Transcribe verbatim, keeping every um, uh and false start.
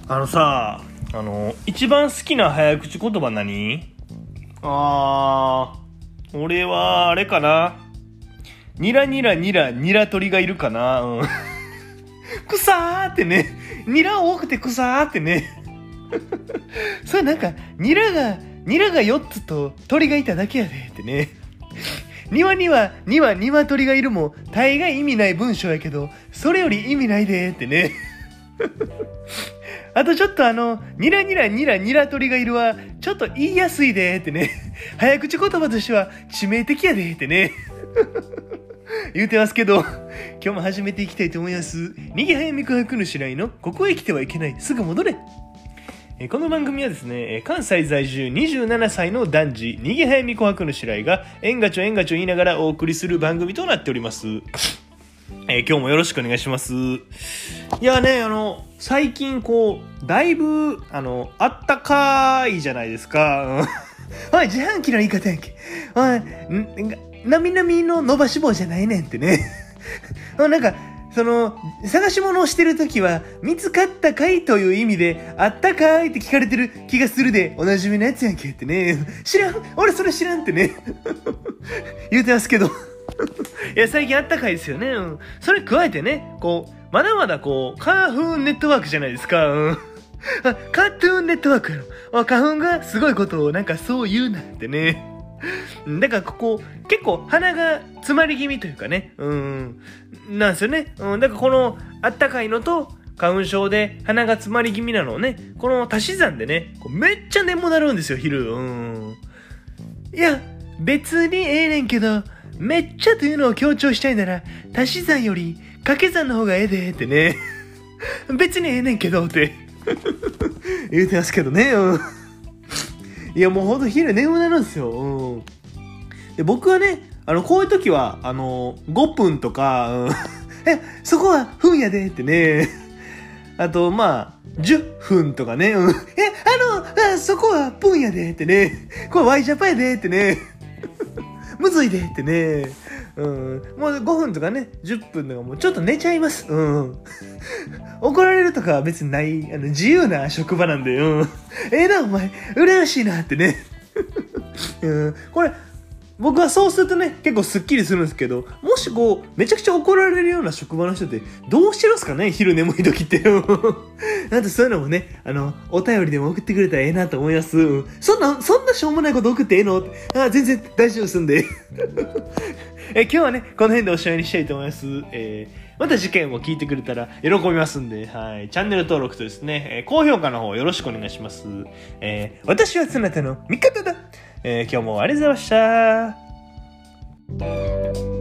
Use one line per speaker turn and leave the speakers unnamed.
あのさ、あの一番好きな早口言葉何？あー、俺はあれかな。ニラニラニラニラ鳥がいるかな。うん、くさーってね、ニラ多くてくさーってね。それなんかニラがニラがよっつと鳥がいただけやでってね。庭にはには鶏がいるも大概意味ない文章やけど、それより意味ないでってね。あとちょっとあのニラニラニラニラ鳥がいるはちょっと言いやすいでってね。早口言葉としては致命的やでってね。言うてますけど、今日も始めていきたいと思います。にぎはやみ琥珀の白井のここへ来てはいけない、すぐ戻れ。この番組はですね、関西在住にじゅうななさいの男児にぎはやみ琥珀の白井がえんがちょえんがちょ言いながらお送りする番組となっております。えー、今日もよろしくお願いします。いやね、あの最近こうだいぶあのあったかいじゃないですか。おい、自販機の言い方やんけ。おい、なみなみの伸ばし棒じゃないねんってね。なんかその探し物をしてるときは見つかったかいという意味であったかいって聞かれてる気がするで、おなじみのやつやんけってね。知らん、俺それ知らんってね。言うてますけど。いや最近あったかいですよね、うん、それ加えてね、こうまだまだこうカーフーンネットワークじゃないですか、うん、カートゥーンネットワークやろ。花粉がすごいことをなんかそう言うなってね。だからここ結構鼻が詰まり気味というかね、うんなんですよね、うん、だからこのあったかいのと花粉症で鼻が詰まり気味なのをね、この足し算でね、こうめっちゃ眠なるんですよ昼。うん、いや別にええねんけど、めっちゃというのを強調したいなら足し算より掛け算の方がええでってね。別にええねんけどって言うてますけどね、うん、いやもうほんと昼眠なるんですよ、うん、で僕はね、あのこういう時はあのごふんとか、うん、えそこは分やでってね。あとまあじゅっぷんとかね、うん、えあのあそこは分やでってね。これワイジャパンやでってね。むずいでってね、うん、もうごふんとかねじゅっぷんとかもうちょっと寝ちゃいます、うん、怒られるとかは別にない、あの自由な職場なんで、うん、ええー、なお前羨ましいなってね。うん、これ僕はそうするとね結構スッキリするんですけど、もしこうめちゃくちゃ怒られるような職場の人ってどうしてるんですかね、昼眠い時って。なんとそういうのもね、あのお便りでも送ってくれたらええなと思います、うん、そんなそんなしょうもないこと送ってええの？あ、全然大丈夫ですんで。え今日はねこの辺でおしまいにしたいと思います。えーまた次回も聞いてくれたら喜びますんで、はい、チャンネル登録とですね、えー、高評価の方よろしくお願いします。えー、私はそなたの味方だ。えー、今日もありがとうございました。